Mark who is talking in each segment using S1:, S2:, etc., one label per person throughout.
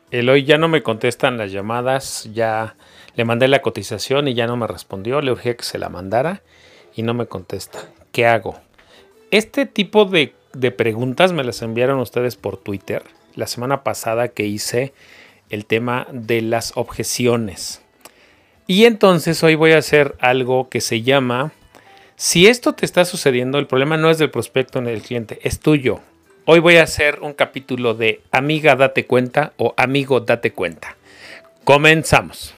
S1: Eloy ya no me contestan las llamadas, ya le mandé la cotización y ya no me respondió, le urgía que se la mandara y no me contesta. ¿Qué hago? Este tipo de preguntas me las enviaron ustedes por Twitter la semana pasada que hice el tema de las objeciones. Y entonces hoy voy a hacer algo que se llama, si esto te está sucediendo, el problema no es del prospecto ni del cliente, es tuyo. Hoy voy a hacer un capítulo de Amiga Date Cuenta o Amigo Date Cuenta. Comenzamos.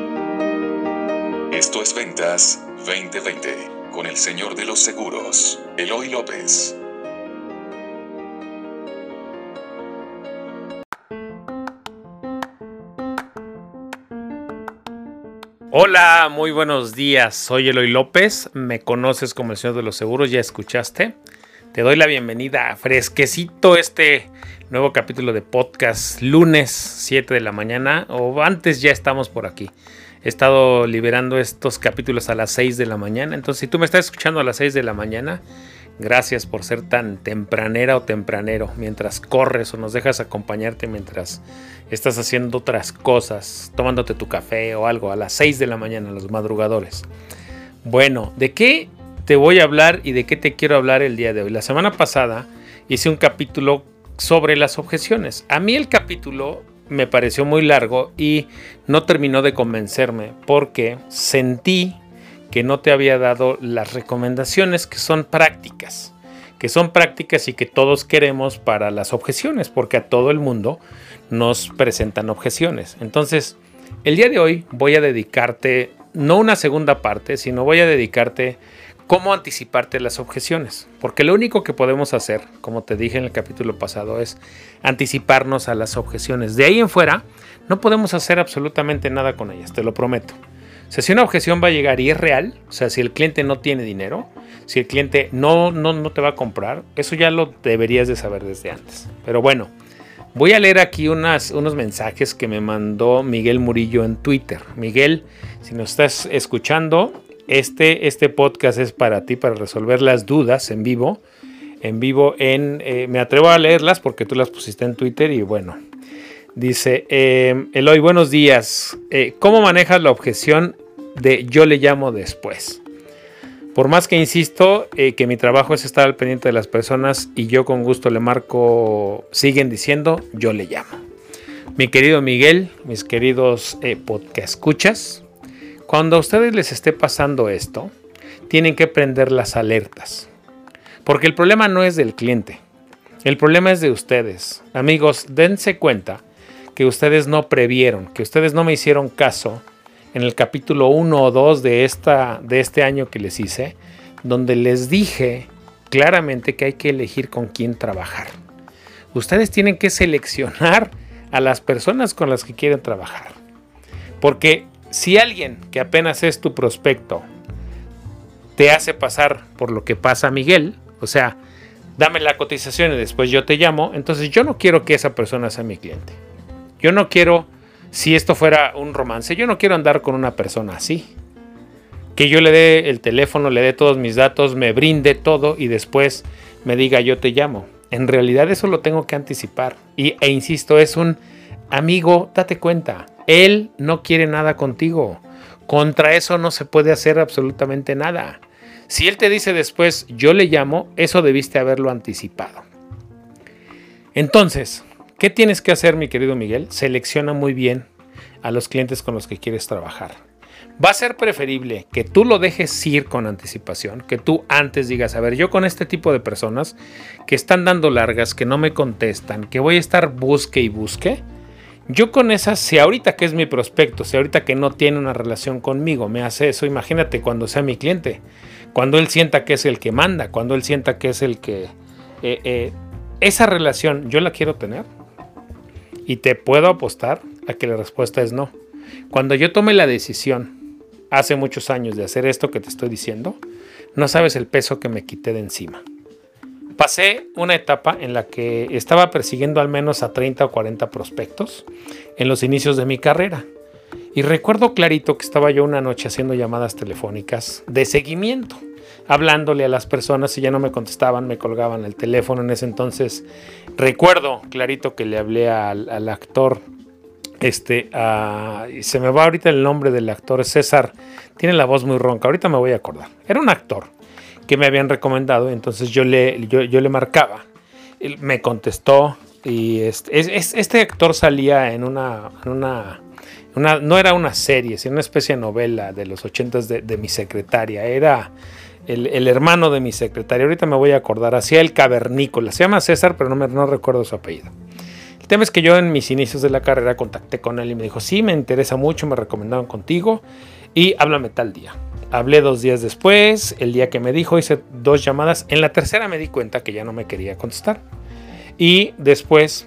S2: Esto es Ventas 2020 con el señor de los seguros, Eloy López.
S1: Hola, muy buenos días. Soy Eloy López. Me conoces como el señor de los seguros, ya escuchaste. Te doy la bienvenida a fresquecito este nuevo capítulo de podcast, lunes 7 de la mañana, o antes ya estamos por aquí. He estado liberando estos capítulos a las 6 de la mañana, entonces si tú me estás escuchando a las 6 de la mañana, gracias por ser tan tempranera o tempranero mientras corres o nos dejas acompañarte mientras estás haciendo otras cosas, tomándote tu café o algo a las 6 de la mañana, los madrugadores. Bueno, ¿de qué te voy a hablar y de qué te quiero hablar el día de hoy? La semana pasada hice un capítulo sobre las objeciones. A mí el capítulo me pareció muy largo y no terminó de convencerme porque sentí que no te había dado las recomendaciones que son prácticas y que todos queremos para las objeciones, porque a todo el mundo nos presentan objeciones. Entonces, el día de hoy voy a dedicarte, no una segunda parte, sino voy a dedicarte cómo anticiparte las objeciones, porque lo único que podemos hacer, como te dije en el capítulo pasado, es anticiparnos a las objeciones. De ahí en fuera, no podemos hacer absolutamente nada con ellas, te lo prometo. O sea, si una objeción va a llegar y es real, o sea, si el cliente no tiene dinero, si el cliente no te va a comprar, eso ya lo deberías de saber desde antes. Pero bueno, voy a leer aquí unos mensajes que me mandó Miguel Murillo en Twitter. Miguel, si nos estás escuchando, este podcast es para ti, para resolver las dudas en vivo. Me atrevo a leerlas porque tú las pusiste en Twitter y bueno. Dice, Eloy, buenos días. ¿Cómo manejas la objeción de yo le llamo después? Por más que insisto que mi trabajo es estar al pendiente de las personas y yo con gusto le marco, siguen diciendo, yo le llamo. Mi querido Miguel, mis queridos podcast escuchas, cuando a ustedes les esté pasando esto, tienen que prender las alertas. Porque el problema no es del cliente. El problema es de ustedes. Amigos, dense cuenta que ustedes no previeron, que ustedes no me hicieron caso en el capítulo 1 o 2 de este año que les hice, donde les dije claramente que hay que elegir con quién trabajar. Ustedes tienen que seleccionar a las personas con las que quieren trabajar. Porque si alguien que apenas es tu prospecto te hace pasar por lo que pasa Miguel, o sea, dame la cotización y después yo te llamo, entonces yo no quiero que esa persona sea mi cliente. Yo no quiero, si esto fuera un romance, yo no quiero andar con una persona así. Que yo le dé el teléfono, le dé todos mis datos, me brinde todo y después me diga yo te llamo. En realidad eso lo tengo que anticipar. E insisto, es un amigo, date cuenta. Él no quiere nada contigo. Contra eso no se puede hacer absolutamente nada. Si él te dice después, yo le llamo, eso debiste haberlo anticipado. Entonces, ¿qué tienes que hacer, mi querido Miguel? Selecciona muy bien a los clientes con los que quieres trabajar. Va a ser preferible que tú lo dejes ir con anticipación, que tú antes digas, a ver, yo con este tipo de personas que están dando largas, que no me contestan, que voy a estar busque y busque. Yo con esas, si ahorita que es mi prospecto, si ahorita que no tiene una relación conmigo, me hace eso, imagínate cuando sea mi cliente, cuando él sienta que es el que manda, cuando él sienta que es el que... esa relación yo la quiero tener y te puedo apostar a que la respuesta es no. Cuando yo tomé la decisión hace muchos años de hacer esto que te estoy diciendo, no sabes el peso que me quité de encima. Pasé una etapa en la que estaba persiguiendo al menos a 30 o 40 prospectos en los inicios de mi carrera. Y recuerdo clarito que estaba yo una noche haciendo llamadas telefónicas de seguimiento, hablándole a las personas y ya no me contestaban, me colgaban el teléfono. En ese entonces recuerdo clarito que le hablé al actor Se me va ahorita el nombre del actor, César, tiene la voz muy ronca, ahorita me voy a acordar. Era un actor que me habían recomendado, entonces yo le marcaba, él me contestó y este actor salía en no era una serie, sino una especie de novela de los 80s de mi secretaria, era el hermano de mi secretaria, ahorita me voy a acordar, hacía El Cavernícola, se llama César, pero no recuerdo su apellido. El tema es que yo en mis inicios de la carrera contacté con él y me dijo, sí, me interesa mucho, me recomendaron contigo y háblame tal día. Hablé 2 días después, el día que me dijo hice 2 llamadas, en la tercera me di cuenta que ya no me quería contestar y después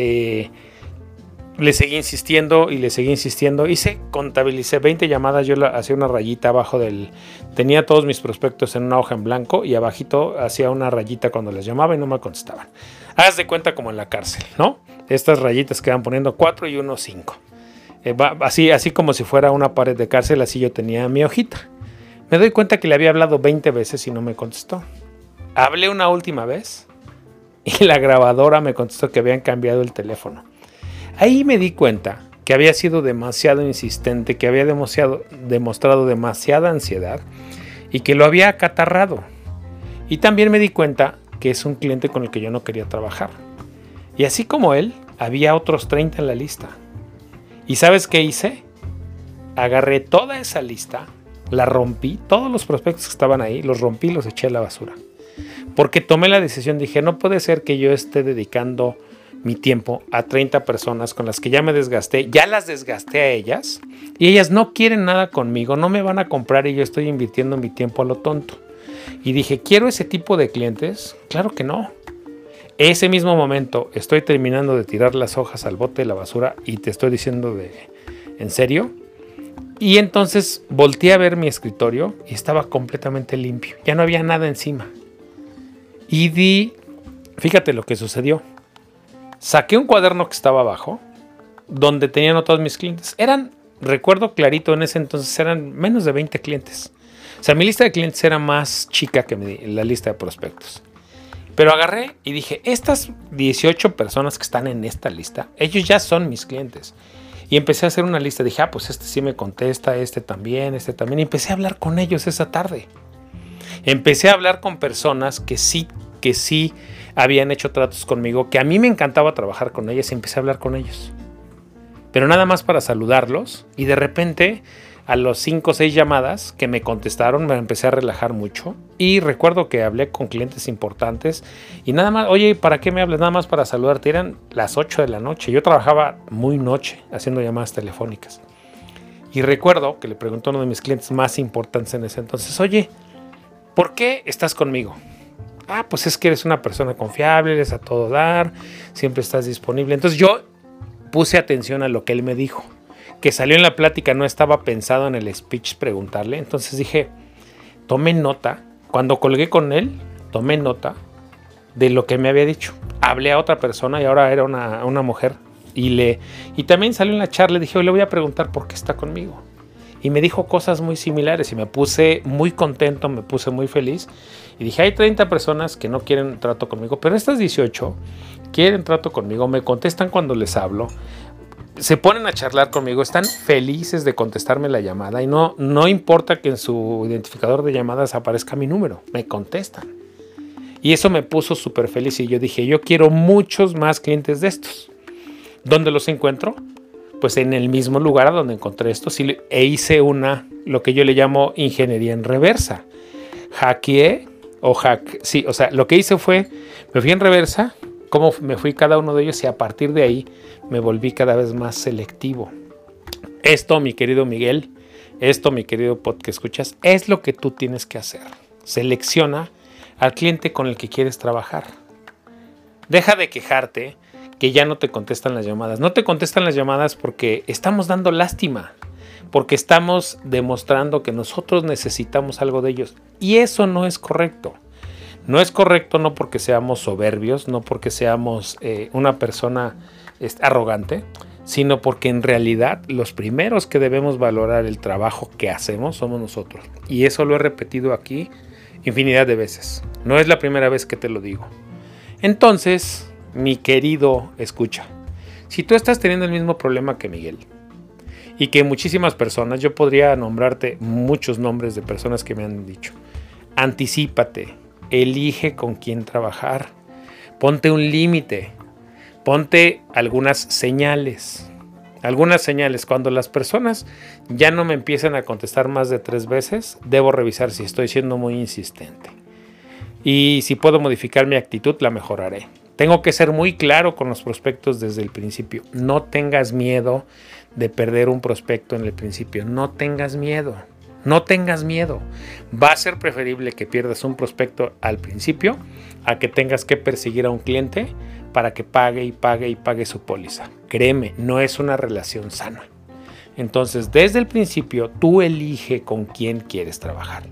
S1: le seguí insistiendo contabilicé 20 llamadas, yo hacía una rayita abajo tenía todos mis prospectos en una hoja en blanco y abajito hacía una rayita cuando les llamaba y no me contestaban. Haz de cuenta como en la cárcel, ¿no? Estas rayitas que van poniendo 4 y 1, 5. Así como si fuera una pared de cárcel, así yo tenía mi hojita. Me doy cuenta que le había hablado 20 veces y no me contestó. Hablé una última vez y la grabadora me contestó que habían cambiado el teléfono. Ahí me di cuenta que había sido demasiado insistente, que había demostrado demasiada ansiedad y que lo había acatarrado. Y también me di cuenta que es un cliente con el que yo no quería trabajar. Y así como él, había otros 30 en la lista. ¿Y sabes qué hice? Agarré toda esa lista, la rompí, todos los prospectos que estaban ahí, los rompí y los eché a la basura. Porque tomé la decisión, dije, no puede ser que yo esté dedicando mi tiempo a 30 personas con las que ya me desgasté, ya las desgasté a ellas y ellas no quieren nada conmigo, no me van a comprar y yo estoy invirtiendo mi tiempo a lo tonto. Y dije, ¿quiero ese tipo de clientes? Claro que no. Ese mismo momento estoy terminando de tirar las hojas al bote de la basura y te estoy diciendo ¿en serio? Y entonces volteé a ver mi escritorio y estaba completamente limpio, ya no había nada encima. Y fíjate lo que sucedió. Saqué un cuaderno que estaba abajo, donde tenían a todos mis clientes. Recuerdo clarito, en ese entonces eran menos de 20 clientes. O sea, mi lista de clientes era más chica que la lista de prospectos. Pero agarré y dije, estas 18 personas que están en esta lista, ellos ya son mis clientes. Y empecé a hacer una lista. Dije, pues este sí me contesta, este también. Y empecé a hablar con ellos esa tarde. Empecé a hablar con personas que sí habían hecho tratos conmigo, que a mí me encantaba trabajar con ellas y empecé a hablar con ellos. Pero nada más para saludarlos y de repente a los 5 o 6 llamadas que me contestaron me empecé a relajar mucho y recuerdo que hablé con clientes importantes y nada más, oye, ¿para qué me hablas? Nada más para saludarte. Eran las 8 de la noche, yo trabajaba muy noche haciendo llamadas telefónicas y recuerdo que le preguntó a uno de mis clientes más importantes en ese entonces, oye, ¿por qué estás conmigo? Pues es que eres una persona confiable, eres a todo dar, siempre estás disponible. Entonces yo puse atención a lo que él me dijo, que salió en la plática, no estaba pensado en el speech preguntarle. Entonces dije, tomé nota, cuando colgué con él, tomé nota de lo que me había dicho. Hablé a otra persona y ahora era una mujer y también salió en la charla, le dije, le voy a preguntar por qué está conmigo. Y me dijo cosas muy similares y me puse muy contento, me puse muy feliz. Y dije, hay 30 personas que no quieren trato conmigo, pero estas 18 quieren trato conmigo, me contestan cuando les hablo, se ponen a charlar conmigo, están felices de contestarme la llamada y no importa que en su identificador de llamadas aparezca mi número, me contestan. Y eso me puso súper feliz y yo dije, yo quiero muchos más clientes de estos. ¿Dónde los encuentro? Pues en el mismo lugar a donde encontré estos e hice lo que yo le llamo ingeniería en reversa. Lo que hice fue, me fui en reversa, cómo me fui cada uno de ellos y a partir de ahí me volví cada vez más selectivo. Esto, mi querido Miguel, mi querido pod que escuchas, es lo que tú tienes que hacer. Selecciona al cliente con el que quieres trabajar. Deja de quejarte que ya no te contestan las llamadas. No te contestan las llamadas porque estamos dando lástima, porque estamos demostrando que nosotros necesitamos algo de ellos. Y eso no es correcto. No es correcto no porque seamos soberbios, no porque seamos una persona arrogante, sino porque en realidad los primeros que debemos valorar el trabajo que hacemos somos nosotros. Y eso lo he repetido aquí infinidad de veces. No es la primera vez que te lo digo. Entonces, mi querido escucha, Si tú estás teniendo el mismo problema que Miguel y que muchísimas personas, yo podría nombrarte muchos nombres de personas que me han dicho, anticípate, elige con quién trabajar, ponte un límite, ponte algunas señales. Cuando las personas ya no me empiezan a contestar más de 3 veces, debo revisar si estoy siendo muy insistente. Y si puedo modificar mi actitud, la mejoraré. Tengo que ser muy claro con los prospectos desde el principio. No tengas miedo de perder un prospecto en el principio. No tengas miedo. Va a ser preferible que pierdas un prospecto al principio a que tengas que perseguir a un cliente para que pague su póliza. Créeme, no es una relación sana. Entonces, desde el principio, tú elige con quién quieres trabajar.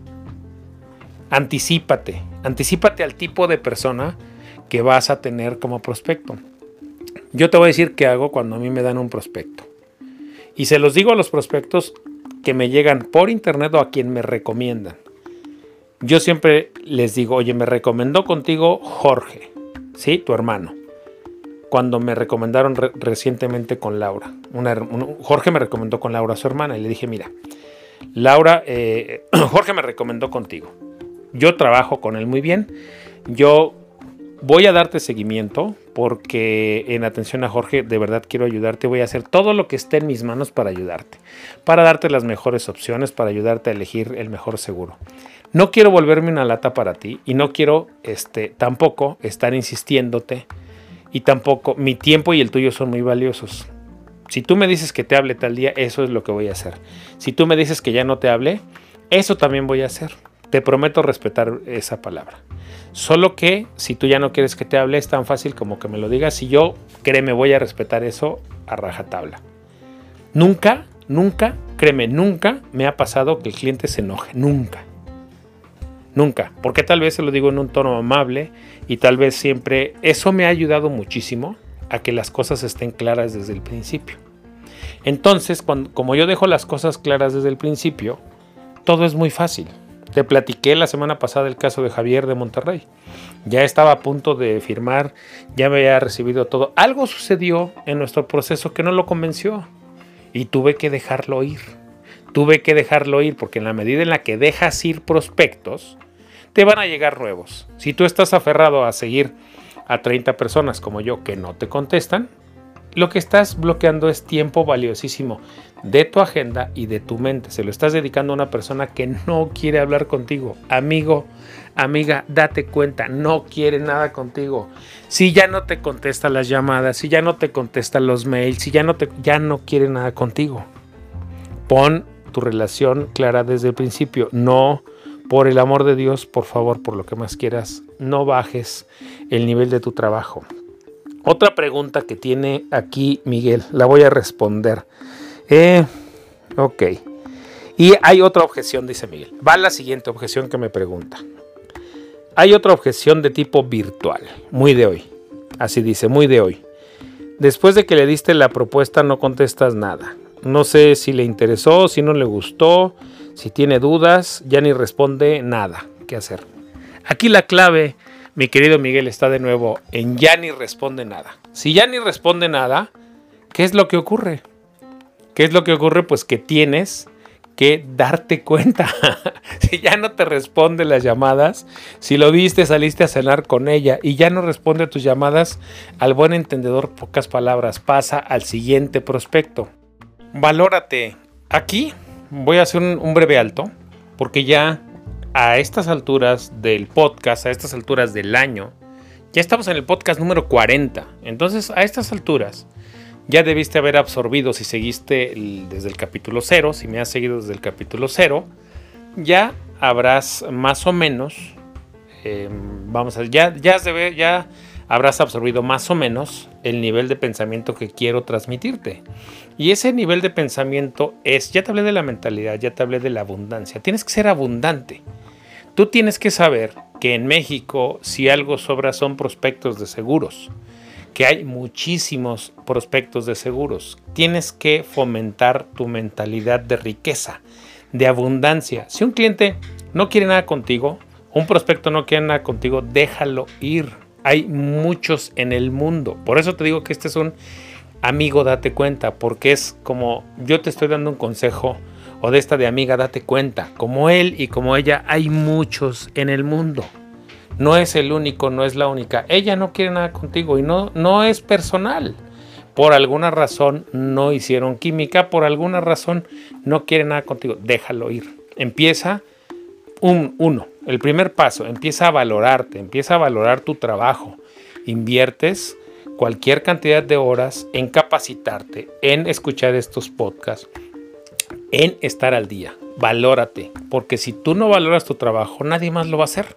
S1: Anticípate al tipo de persona que vas a tener como prospecto. Yo te voy a decir qué hago cuando a mí me dan un prospecto. Y se los digo a los prospectos que me llegan por internet o a quien me recomiendan. Yo siempre les digo, oye, me recomendó contigo Jorge, ¿sí? Tu hermano. Cuando me recomendaron recientemente con Laura. Jorge me recomendó con Laura, su hermana, y le dije, mira, Laura, Jorge me recomendó contigo. Yo trabajo con él muy bien. Yo voy a darte seguimiento porque en atención a Jorge de verdad quiero ayudarte. Voy a hacer todo lo que esté en mis manos para ayudarte. Para darte las mejores opciones, para ayudarte a elegir el mejor seguro. No quiero volverme una lata para ti y no quiero tampoco estar insistiéndote. Y tampoco mi tiempo y el tuyo son muy valiosos. Si tú me dices que te hable tal día, eso es lo que voy a hacer. Si tú me dices que ya no te hable, eso también voy a hacer. Te prometo respetar esa palabra. Solo que si tú ya no quieres que te hable, es tan fácil como que me lo digas. Y yo, créeme, voy a respetar eso a rajatabla. Nunca me ha pasado que el cliente se enoje. Nunca, porque tal vez se lo digo en un tono amable y tal vez siempre eso me ha ayudado muchísimo a que las cosas estén claras desde el principio. Entonces, como yo dejo las cosas claras desde el principio, todo es muy fácil. Te platiqué la semana pasada el caso de Javier de Monterrey. Ya estaba a punto de firmar, ya me había recibido todo. Algo sucedió en nuestro proceso que no lo convenció y tuve que dejarlo ir. Porque en la medida en la que dejas ir prospectos, te van a llegar nuevos. Si tú estás aferrado a seguir a 30 personas como yo que no te contestan, lo que estás bloqueando es tiempo valiosísimo de tu agenda y de tu mente. Se lo estás dedicando a una persona que no quiere hablar contigo. Amigo, amiga, date cuenta, no quiere nada contigo. Si ya no te contesta las llamadas, si ya no te contesta los mails, si ya no quiere nada contigo. Pon tu relación clara desde el principio. No, por el amor de Dios, por favor, por lo que más quieras, no bajes el nivel de tu trabajo. Otra pregunta que tiene aquí Miguel, la voy a responder. Ok. Y hay otra objeción, dice Miguel. Va la siguiente objeción que me pregunta. Hay otra objeción de tipo virtual, muy de hoy. Así dice, muy de hoy. Después de que le diste la propuesta no contestas nada. No sé si le interesó, si no le gustó, si tiene dudas, ya ni responde nada. ¿Qué hacer? Aquí la clave, mi querido Miguel, está de nuevo en ya ni responde nada. Si ya ni responde nada, ¿qué es lo que ocurre? Pues que tienes que darte cuenta. Si ya no te responde las llamadas, si lo viste, saliste a cenar con ella y ya no responde a tus llamadas, al buen entendedor, pocas palabras, pasa al siguiente prospecto. Valórate. Aquí voy a hacer un breve alto, porque ya a estas alturas del podcast, a estas alturas del año, ya estamos en el podcast número 40. Entonces, a estas alturas, ya debiste haber absorbido, si seguiste desde el capítulo 0, si me has seguido desde el capítulo 0, ya habrás más o menos, ya habrás absorbido más o menos el nivel de pensamiento que quiero transmitirte. Y ese nivel de pensamiento es, ya te hablé de la mentalidad, ya te hablé de la abundancia. Tienes que ser abundante. Tú tienes que saber que en México, si algo sobra, son prospectos de seguros. Que hay muchísimos prospectos de seguros. Tienes que fomentar tu mentalidad de riqueza, de abundancia. Si un cliente no quiere nada contigo, un prospecto no quiere nada contigo, déjalo ir. Hay muchos en el mundo. Por eso te digo que este es un amigo, date cuenta, porque es como yo te estoy dando un consejo, o de esta de amiga, date cuenta. Como él y como ella, hay muchos en el mundo. No es el único, no es la única. Ella no quiere nada contigo y no es personal. Por alguna razón no hicieron química, por alguna razón no quiere nada contigo. Déjalo ir. Empieza el primer paso, empieza a valorarte, empieza a valorar tu trabajo. Inviertes cualquier cantidad de horas en capacitarte, en escuchar estos podcasts, en estar al día. Valórate, porque si tú no valoras tu trabajo, nadie más lo va a hacer.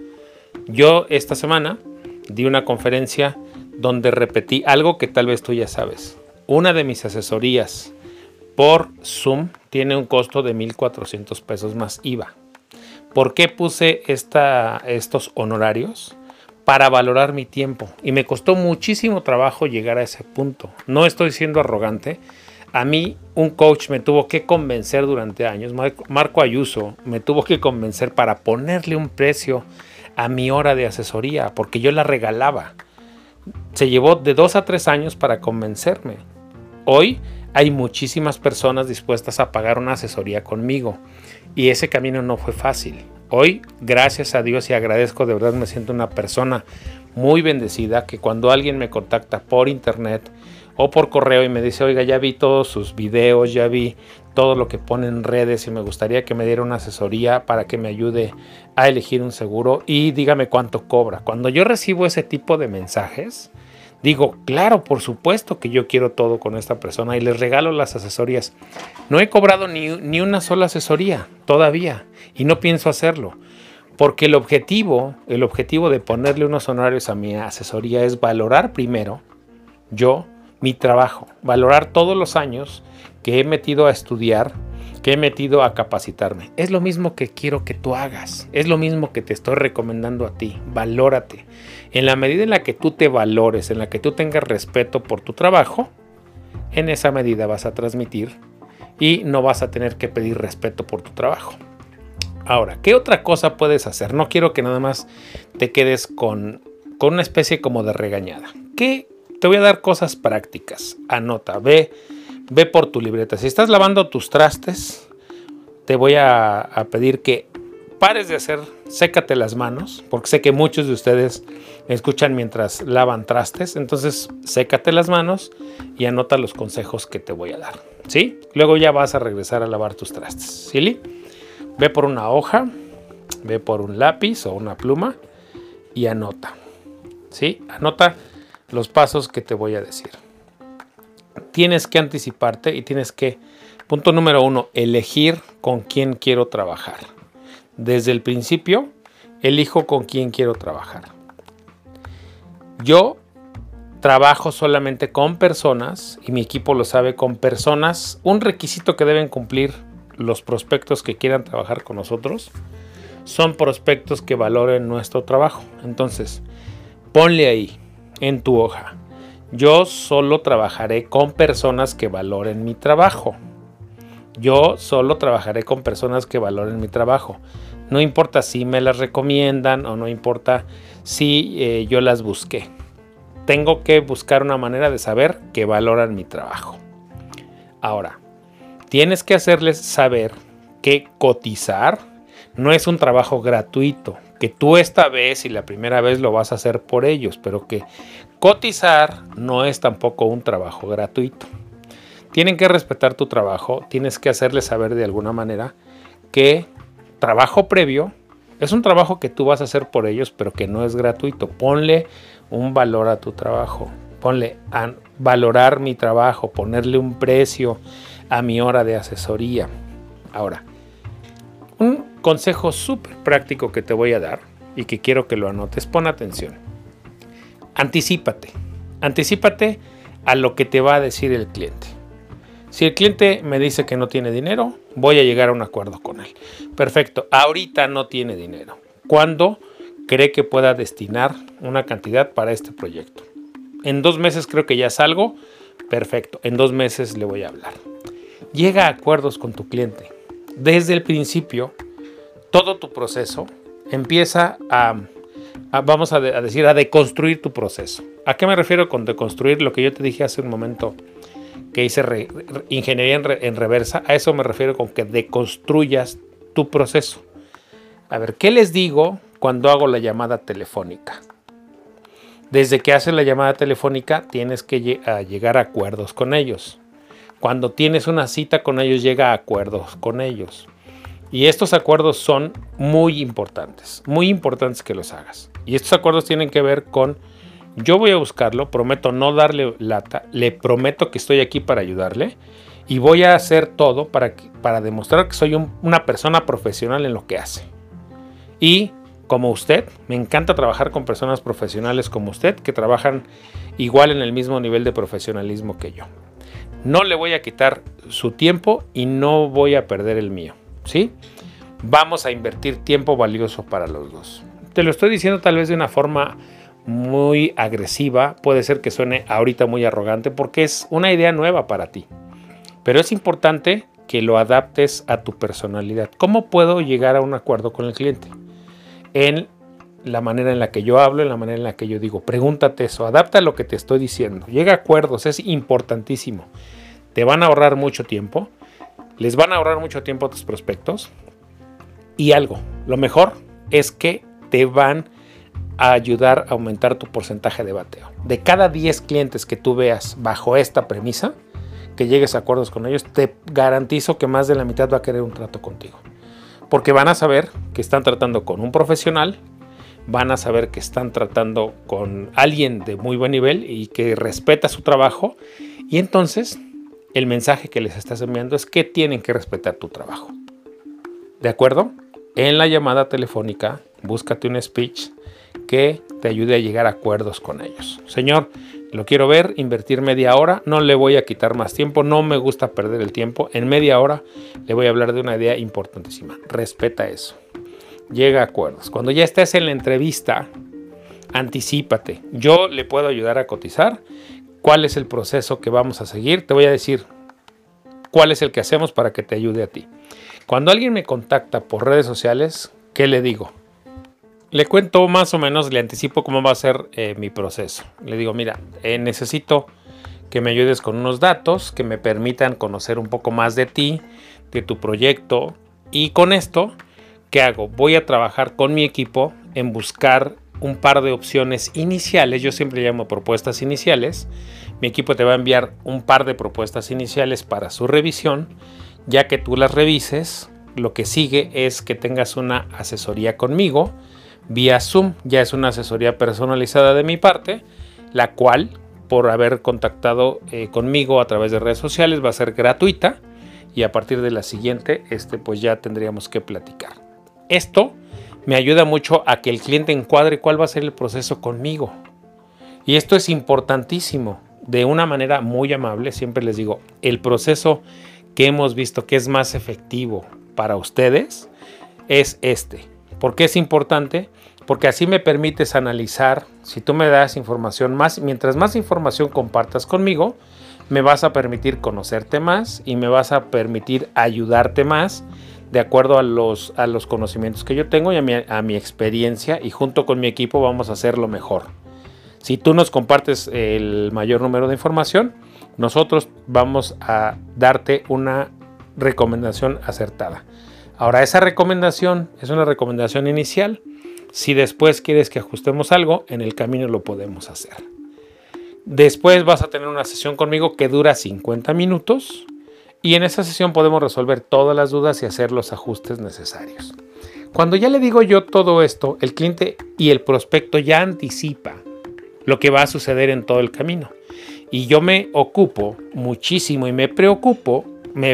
S1: Yo esta semana di una conferencia donde repetí algo que tal vez tú ya sabes. Una de mis asesorías por Zoom tiene un costo de $1,400 más IVA. ¿Por qué puse estos honorarios? Para valorar mi tiempo. Y me costó muchísimo trabajo llegar a ese punto. No estoy siendo arrogante. A mí un coach me tuvo que convencer durante años. Marco Ayuso me tuvo que convencer para ponerle un precio a mi hora de asesoría, porque yo la regalaba. Se llevó de 2 a 3 años para convencerme. Hoy hay muchísimas personas dispuestas a pagar una asesoría conmigo y ese camino no fue fácil. Hoy, gracias a Dios y agradezco, de verdad me siento una persona muy bendecida, que cuando alguien me contacta por internet o por correo y me dice, oiga, ya vi todos sus videos, ya vi todo lo que pone en redes y me gustaría que me diera una asesoría para que me ayude a elegir un seguro y dígame cuánto cobra. Cuando yo recibo ese tipo de mensajes, digo, claro, por supuesto que yo quiero todo con esta persona y les regalo las asesorías. No he cobrado ni una sola asesoría todavía y no pienso hacerlo, porque el objetivo de ponerle unos honorarios a mi asesoría es valorar primero mi trabajo, valorar todos los años que he metido a estudiar, que he metido a capacitarme. Es lo mismo que quiero que tú hagas, es lo mismo que te estoy recomendando a ti. Valórate. En la medida en la que tú te valores, en la que tú tengas respeto por tu trabajo, en esa medida vas a transmitir y no vas a tener que pedir respeto por tu trabajo. Ahora, ¿qué otra cosa puedes hacer? No quiero que nada más te quedes con una especie como de regañada. Te voy a dar cosas prácticas. Anota, ve por tu libreta. Si estás lavando tus trastes, te voy a pedir que pares de hacer, sécate las manos, porque sé que muchos de ustedes me escuchan mientras lavan trastes. Entonces, sécate las manos y anota los consejos que te voy a dar, ¿sí? Luego ya vas a regresar a lavar tus trastes, ¿sí? Ve por una hoja, ve por un lápiz o una pluma y anota, ¿sí? Anota los pasos que te voy a decir. Tienes que anticiparte y tienes que, punto número 1, elegir con quién quiero trabajar. Desde el principio, elijo con quién quiero trabajar. Yo trabajo solamente con personas, y mi equipo lo sabe, con personas. Un requisito que deben cumplir los prospectos que quieran trabajar con nosotros son prospectos que valoren nuestro trabajo. Entonces, ponle ahí en tu hoja: yo solo trabajaré con personas que valoren mi trabajo. Yo solo trabajaré con personas que valoren mi trabajo. No importa si me las recomiendan o no importa si yo las busqué. Tengo que buscar una manera de saber que valoran mi trabajo. Ahora, tienes que hacerles saber que cotizar no es un trabajo gratuito, que tú esta vez y la primera vez lo vas a hacer por ellos, pero que cotizar no es tampoco un trabajo gratuito. Tienen que respetar tu trabajo, tienes que hacerles saber de alguna manera que trabajo previo es un trabajo que tú vas a hacer por ellos, pero que no es gratuito. Ponle un valor a tu trabajo, ponle a valorar mi trabajo, ponerle un precio a mi hora de asesoría. Ahora, un consejo súper práctico que te voy a dar y que quiero que lo anotes, pon atención. Anticípate a lo que te va a decir el cliente. Si el cliente me dice que no tiene dinero, voy a llegar a un acuerdo con él. Perfecto, ahorita no tiene dinero. ¿Cuándo cree que pueda destinar una cantidad para este proyecto? En 2 meses creo que ya salgo. Perfecto, en 2 meses le voy a hablar. Llega a acuerdos con tu cliente. Desde el principio, todo tu proceso empieza a vamos a decir, a deconstruir tu proceso. ¿A qué me refiero con deconstruir? Lo que yo te dije hace un momento, que hice ingeniería en reversa. A eso me refiero con que deconstruyas tu proceso. A ver, ¿qué les digo cuando hago la llamada telefónica? Desde que haces la llamada telefónica tienes que llegar a acuerdos con ellos. Cuando tienes una cita con ellos, llega a acuerdos con ellos. Y estos acuerdos son muy importantes que los hagas. Y estos acuerdos tienen que ver con: yo voy a buscarlo, prometo no darle lata, le prometo que estoy aquí para ayudarle y voy a hacer todo para demostrar que soy una persona profesional en lo que hace. Y como usted, me encanta trabajar con personas profesionales como usted, que trabajan igual en el mismo nivel de profesionalismo que yo. No le voy a quitar su tiempo y no voy a perder el mío, ¿sí? Vamos a invertir tiempo valioso para los dos. Te lo estoy diciendo tal vez de una forma muy agresiva, puede ser que suene ahorita muy arrogante porque es una idea nueva para ti, pero es importante que lo adaptes a tu personalidad. ¿Cómo puedo llegar a un acuerdo con el cliente? En la manera en la que yo hablo, en la manera en la que yo digo. Pregúntate eso, adapta lo que te estoy diciendo. Llega a acuerdos, es importantísimo. Te van a ahorrar mucho tiempo, les van a ahorrar mucho tiempo a tus prospectos. Y algo, lo mejor es que te van a ayudar a aumentar tu porcentaje de bateo. De cada 10 clientes que tú veas bajo esta premisa, que llegues a acuerdos con ellos, te garantizo que más de la mitad va a querer un trato contigo. Porque van a saber que están tratando con un profesional, van a saber que están tratando con alguien de muy buen nivel y que respeta su trabajo. Y entonces el mensaje que les estás enviando es que tienen que respetar tu trabajo. ¿De acuerdo? En la llamada telefónica, búscate un speech que te ayude a llegar a acuerdos con ellos. Señor, lo quiero ver, invertir media hora, no le voy a quitar más tiempo, no me gusta perder el tiempo. En media hora le voy a hablar de una idea importantísima. Respeta eso. Llega a acuerdos. Cuando ya estés en la entrevista, anticípate. Yo le puedo ayudar a cotizar. ¿Cuál es el proceso que vamos a seguir? Te voy a decir cuál es el que hacemos para que te ayude a ti. Cuando alguien me contacta por redes sociales, ¿qué le digo? Le cuento más o menos, le anticipo cómo va a ser mi proceso. Le digo, mira, necesito que me ayudes con unos datos que me permitan conocer un poco más de ti, de tu proyecto. Y con esto, ¿qué hago? Voy a trabajar con mi equipo en buscar un par de opciones iniciales. Yo siempre llamo propuestas iniciales. Mi equipo te va a enviar un par de propuestas iniciales para su revisión. Ya que tú las revises, lo que sigue es que tengas una asesoría conmigo vía Zoom. Ya es una asesoría personalizada de mi parte, la cual, por haber contactado conmigo a través de redes sociales, va a ser gratuita y a partir de la siguiente, pues ya tendríamos que platicar. Esto me ayuda mucho a que el cliente encuadre cuál va a ser el proceso conmigo. Y esto es importantísimo. De una manera muy amable, siempre les digo, el proceso que hemos visto que es más efectivo para ustedes es este. ¿Por qué es importante? Porque así me permites analizar. Si tú me das información mientras más información compartas conmigo, me vas a permitir conocerte más y me vas a permitir ayudarte más de acuerdo a los conocimientos que yo tengo y a mi experiencia, y junto con mi equipo vamos a hacerlo mejor. Si tú nos compartes el mayor número de información, nosotros vamos a darte una recomendación acertada. Ahora, esa recomendación es una recomendación inicial. Si después quieres que ajustemos algo, en el camino lo podemos hacer. Después vas a tener una sesión conmigo que dura 50 minutos y en esa sesión podemos resolver todas las dudas y hacer los ajustes necesarios. Cuando ya le digo yo todo esto, el cliente y el prospecto ya anticipa lo que va a suceder en todo el camino. Y yo me ocupo muchísimo y me ocupo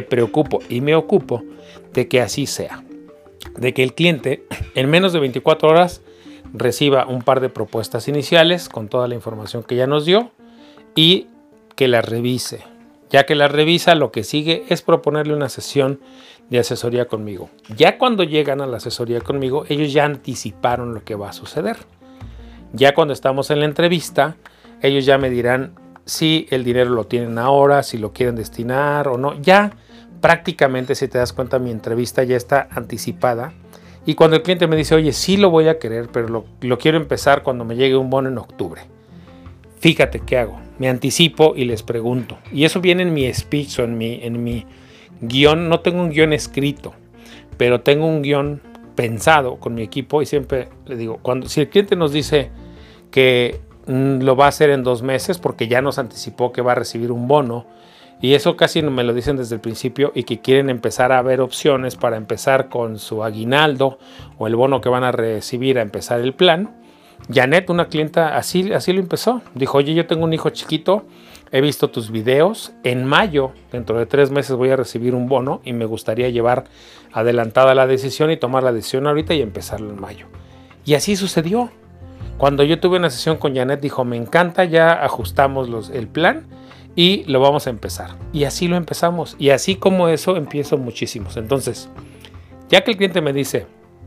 S1: de que así sea. De que el cliente en menos de 24 horas reciba un par de propuestas iniciales con toda la información que ya nos dio y que las revise. Ya que las revisa, lo que sigue es proponerle una sesión de asesoría conmigo. Ya cuando llegan a la asesoría conmigo, ellos ya anticiparon lo que va a suceder. Ya cuando estamos en la entrevista, ellos ya me dirán si el dinero lo tienen ahora, si lo quieren destinar o no. Ya prácticamente, si te das cuenta, mi entrevista ya está anticipada Y cuando el cliente me dice, oye, sí lo voy a querer, pero lo quiero empezar cuando me llegue un bono en octubre. Fíjate qué hago. Me anticipo y les pregunto. Y eso viene en mi speech o en mi guión. No tengo un guión escrito, pero tengo un guión pensado con mi equipo y siempre le digo, si el cliente nos dice que lo va a hacer en 2 meses porque ya nos anticipó que va a recibir un bono, y eso casi me lo dicen desde el principio, y que quieren empezar a ver opciones para empezar con su aguinaldo o el bono que van a recibir a empezar el plan. Janet, una clienta, así lo empezó. Dijo, oye, yo tengo un hijo chiquito, he visto tus videos, en mayo, dentro de 3 meses voy a recibir un bono y me gustaría llevar adelantada la decisión y tomar la decisión ahorita y empezarlo en mayo. Y así sucedió. Cuando yo tuve una sesión con Janet, dijo, me encanta, ya ajustamos el plan y lo vamos a empezar. Y así lo empezamos. Y así como eso, empiezo muchísimos. Entonces, ya que el cliente me dice,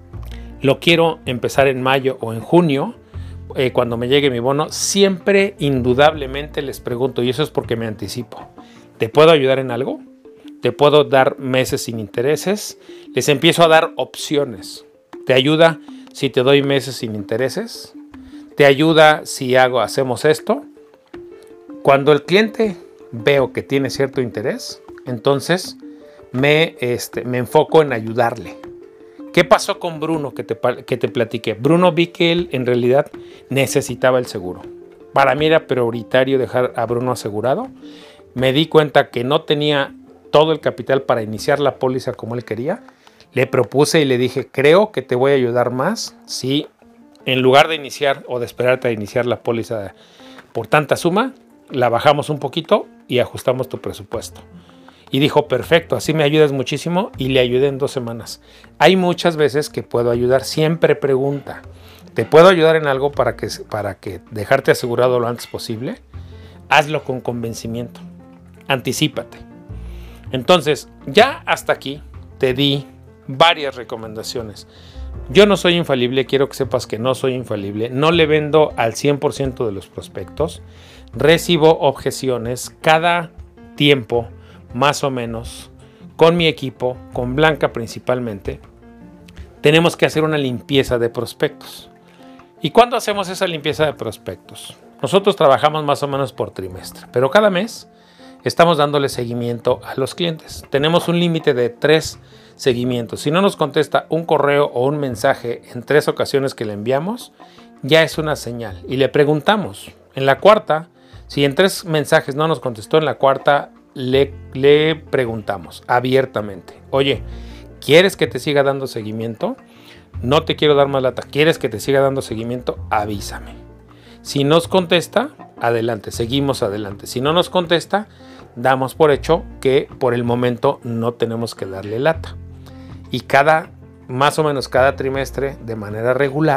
S1: lo quiero empezar en mayo o en junio, cuando me llegue mi bono, siempre indudablemente les pregunto, y eso es porque me anticipo, ¿te puedo ayudar en algo? ¿Te puedo dar meses sin intereses? Les empiezo a dar opciones. ¿Te ayuda si te doy meses sin intereses? ¿Te ayuda si hacemos esto? Cuando el cliente veo que tiene cierto interés, entonces me enfoco en ayudarle. ¿Qué pasó con Bruno que te platiqué? Bruno, vi que él en realidad necesitaba el seguro. Para mí era prioritario dejar a Bruno asegurado. Me di cuenta que no tenía todo el capital para iniciar la póliza como él quería. Le propuse y le dije, creo que te voy a ayudar más si en lugar de iniciar o de esperarte a iniciar la póliza por tanta suma, la bajamos un poquito y ajustamos tu presupuesto. Y dijo, perfecto, así me ayudas muchísimo, y le ayudé en 2 semanas. Hay muchas veces que puedo ayudar, siempre pregunta, ¿te puedo ayudar en algo para que dejarte asegurado lo antes posible? Hazlo con convencimiento, anticípate. Entonces, ya hasta aquí te di varias recomendaciones. Yo no soy infalible, quiero que sepas que no soy infalible, no le vendo al 100% de los prospectos, recibo objeciones cada tiempo, más o menos, con mi equipo, con Blanca principalmente. Tenemos que hacer una limpieza de prospectos. ¿Y cuándo hacemos esa limpieza de prospectos? Nosotros trabajamos más o menos por trimestre, pero cada mes estamos dándole seguimiento a los clientes. Tenemos un límite de 3 seguimientos. Si no nos contesta un correo o un mensaje en 3 ocasiones que le enviamos, ya es una señal. Y le preguntamos. En la cuarta, si en 3 mensajes no nos contestó, en la cuarta le preguntamos abiertamente. Oye, ¿quieres que te siga dando seguimiento? No te quiero dar más lata. ¿Quieres que te siga dando seguimiento? Avísame. Si nos contesta, adelante, seguimos adelante. Si no nos contesta, damos por hecho que por el momento no tenemos que darle lata. Y más o menos cada trimestre, de manera regular,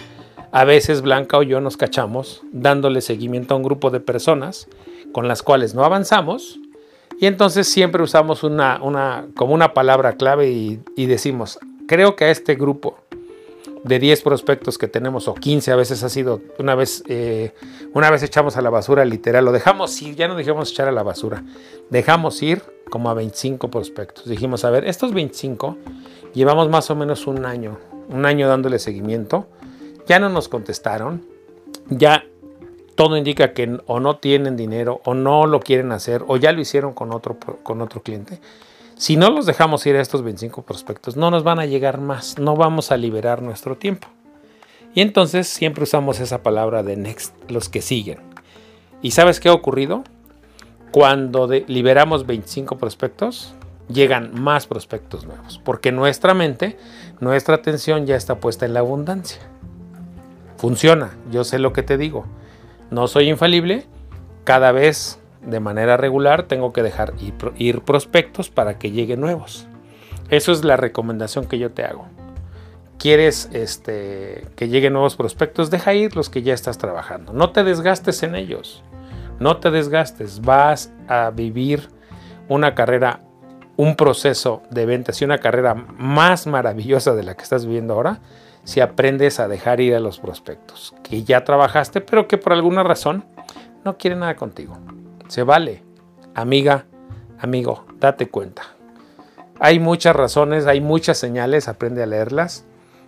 S1: a veces Blanca o yo nos cachamos dándole seguimiento a un grupo de personas con las cuales no avanzamos, y entonces siempre usamos como una palabra clave y decimos, creo que a este grupo de 10 prospectos que tenemos, o 15, a veces ha sido, una vez echamos a la basura, literal, lo dejamos ir, ya no dejamos echar a la basura, dejamos ir como a 25 prospectos. Dijimos, a ver, estos 25 llevamos más o menos un año dándole seguimiento, ya no nos contestaron, ya todo indica que o no tienen dinero, o no lo quieren hacer, o ya lo hicieron con otro cliente. Si no los dejamos ir a estos 25 prospectos, no nos van a llegar más, no vamos a liberar nuestro tiempo. Y entonces siempre usamos esa palabra de next, los que siguen. ¿Y sabes qué ha ocurrido? Cuando liberamos 25 prospectos, llegan más prospectos nuevos, porque nuestra mente, nuestra atención ya está puesta en la abundancia. Funciona, yo sé lo que te digo. No soy infalible, cada vez de manera regular tengo que dejar ir prospectos para que lleguen nuevos. Eso es la recomendación que yo te hago. ¿Quieres que lleguen nuevos prospectos? Deja ir los que ya estás trabajando. No te desgastes en ellos. No te desgastes. Vas a vivir una carrera, un proceso de ventas y una carrera más maravillosa de la que estás viviendo ahora si aprendes a dejar ir a los prospectos que ya trabajaste, pero que por alguna razón no quieren nada contigo. Se vale. Amiga, amigo, date cuenta. Hay muchas razones, hay muchas señales, aprende a leerlas.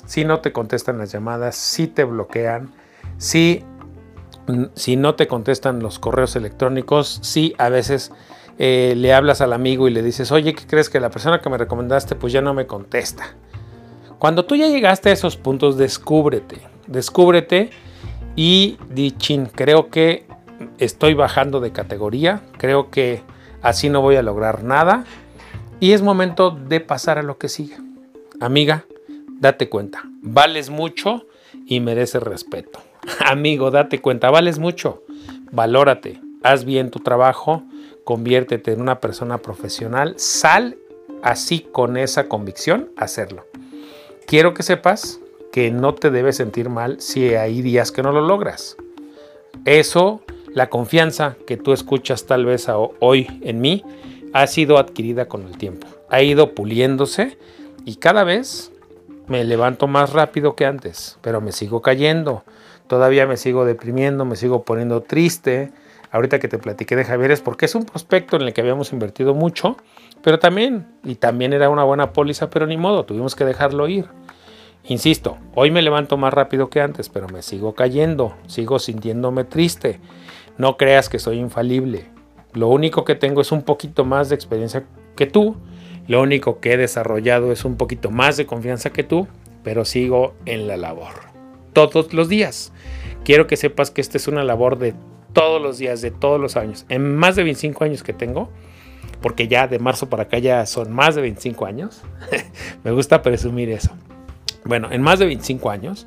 S1: si no te contestan las llamadas, si te bloquean, si no te contestan los correos electrónicos, si a veces le hablas al amigo y le dices, oye, ¿qué crees? Que la persona que me recomendaste pues ya no me contesta. Cuando tú ya llegaste a esos puntos, descúbrete y di, chin, creo que estoy bajando de categoría, creo que así no voy a lograr nada y es momento de pasar a lo que sigue. Amiga, date cuenta, vales mucho y mereces respeto. Amigo, date cuenta, vales mucho, valórate, haz bien tu trabajo, conviértete en una persona profesional, sal así con esa convicción a hacerlo. Quiero que sepas que no te debes sentir mal si hay días que no lo logras. Eso, la confianza que tú escuchas tal vez hoy en mí, ha sido adquirida con el tiempo. Ha ido puliéndose y cada vez me levanto más rápido que antes, pero me sigo cayendo. Todavía me sigo deprimiendo, me sigo poniendo triste. Ahorita que te platiqué de Javier es porque es un prospecto en el que habíamos invertido mucho, pero también era una buena póliza, pero ni modo, tuvimos que dejarlo ir. Insisto, hoy me levanto más rápido que antes, pero me sigo cayendo, sigo sintiéndome triste. No creas que soy infalible. Lo único que tengo es un poquito más de experiencia que tú. Lo único que he desarrollado es un poquito más de confianza que tú, pero sigo en la labor. Todos los días. Quiero que sepas que esta es una labor de todos los días, de todos los años. En más de 25 años que tengo, porque ya de marzo para acá ya son más de 25 años. Me gusta presumir eso. Bueno, en más de 25 años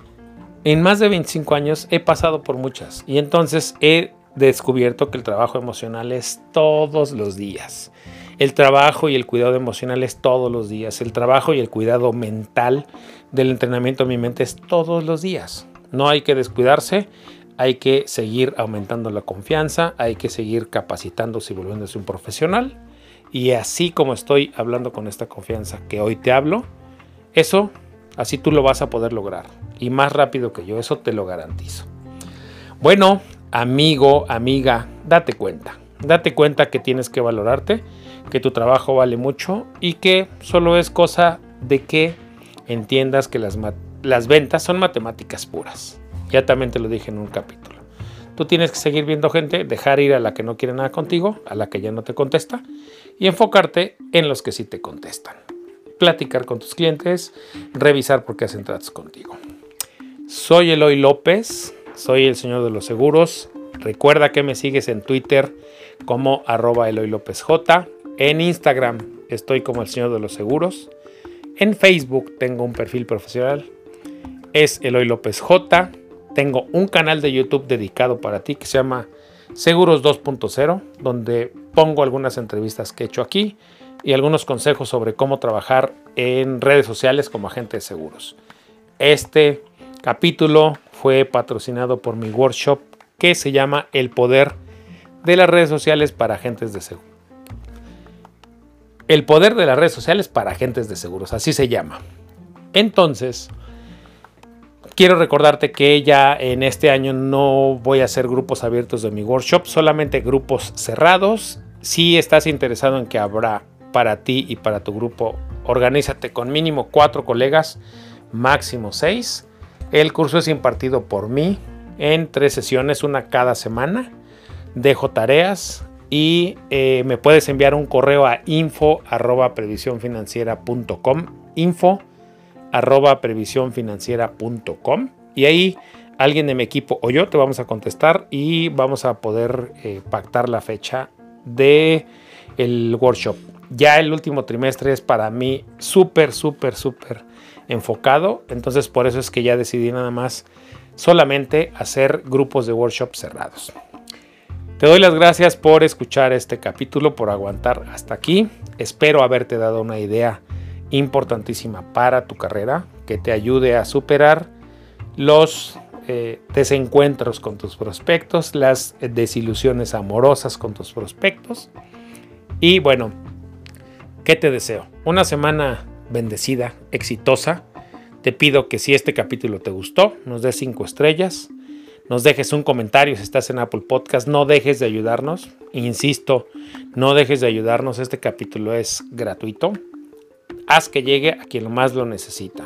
S1: he pasado por muchas y entonces he descubierto que el trabajo emocional es todos los días. El trabajo y el cuidado emocional es todos los días. El trabajo y el cuidado mental del entrenamiento de mi mente es todos los días. No hay que descuidarse, hay que seguir aumentando la confianza, hay que seguir capacitándose y volviéndose un profesional. Y así como estoy hablando con esta confianza que hoy te hablo, eso, así tú lo vas a poder lograr. Y más rápido que yo, eso te lo garantizo. Bueno, amigo, amiga, date cuenta. Date cuenta que tienes que valorarte, que tu trabajo vale mucho y que solo es cosa de que entiendas que las ventas son matemáticas puras. Ya también te lo dije en un capítulo. Tú tienes que seguir viendo gente, dejar ir a la que no quiere nada contigo, a la que ya no te contesta y enfocarte en los que sí te contestan. Platicar con tus clientes, revisar por qué hacen tratos contigo. Soy Eloy López, soy el señor de los seguros. Recuerda que me sigues en Twitter como @EloyLópezJ. En Instagram estoy como el señor de los seguros. En Facebook tengo un perfil profesional. Es Eloy López J. Tengo un canal de YouTube dedicado para ti que se llama Seguros 2.0, donde pongo algunas entrevistas que he hecho aquí y algunos consejos sobre cómo trabajar en redes sociales como agente de seguros. Este capítulo fue patrocinado por mi workshop que se llama El Poder de las Redes Sociales para Agentes de Seguros. El Poder de las Redes Sociales para Agentes de Seguros, así se llama. Entonces, quiero recordarte que ya en este año no voy a hacer grupos abiertos de mi workshop, solamente grupos cerrados. Si estás interesado en que habrá para ti y para tu grupo, organízate con mínimo 4 colegas, máximo 6. El curso es impartido por mí en 3 sesiones, una cada semana. Dejo tareas y me puedes enviar un correo a info@previsionfinanciera.com, info@previsionfinanciera.com, y ahí alguien de mi equipo o yo te vamos a contestar y vamos a poder pactar la fecha del workshop. Ya el último trimestre es para mí súper enfocado, entonces por eso es que ya decidí nada más solamente hacer grupos de workshop cerrados. Te doy las gracias por escuchar este capítulo, por aguantar hasta aquí. Espero haberte dado una idea importantísima para tu carrera que te ayude a superar los desencuentros con tus prospectos, las desilusiones amorosas con tus prospectos. Y bueno, ¿qué te deseo? Una semana bendecida, exitosa. Te pido que si este capítulo te gustó, nos des 5 estrellas. Nos dejes un comentario si estás en Apple Podcast. No dejes de ayudarnos. Insisto, no dejes de ayudarnos. Este capítulo es gratuito. Haz que llegue a quien más lo necesita.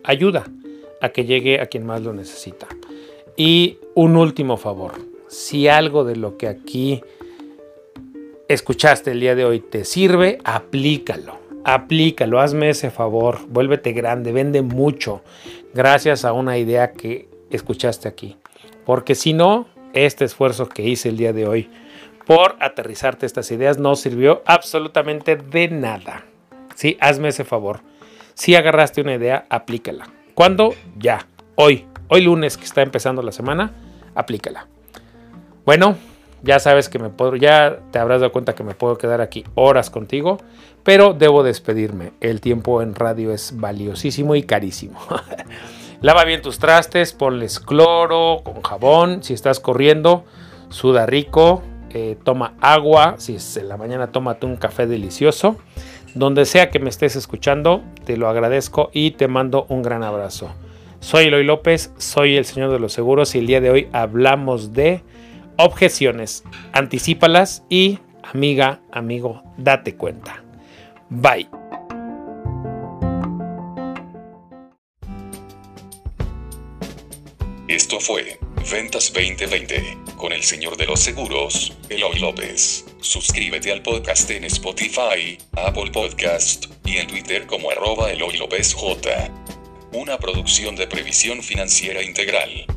S1: ayuda a que llegue a quien más lo necesita. Y un último favor, si algo de lo que aquí escuchaste el día de hoy te sirve, aplícalo, hazme ese favor, vuélvete grande, vende mucho gracias a una idea que escuchaste aquí. Porque si no, este esfuerzo que hice el día de hoy por aterrizarte estas ideas no sirvió absolutamente de nada. Sí, hazme ese favor. Si agarraste una idea, aplícala. ¿Cuándo? Ya, hoy lunes que está empezando la semana, aplícala. Bueno, ya sabes que ya te habrás dado cuenta que me puedo quedar aquí horas contigo, pero debo despedirme. El tiempo en radio es valiosísimo y carísimo. Lava bien tus trastes, ponles cloro con jabón. Si estás corriendo, suda rico, toma agua. Si es en la mañana, tómate un café delicioso. Donde sea que me estés escuchando, te lo agradezco y te mando un gran abrazo. Soy Eloy López, soy el señor de los seguros y el día de hoy hablamos de objeciones. Anticípalas y, amiga, amigo, date cuenta. Bye.
S2: Esto fue Ventas 2020 con el señor de los seguros, Eloy López. Suscríbete al podcast en Spotify, Apple Podcast y en Twitter como @EloyLópezJ. Una producción de Previsión Financiera Integral.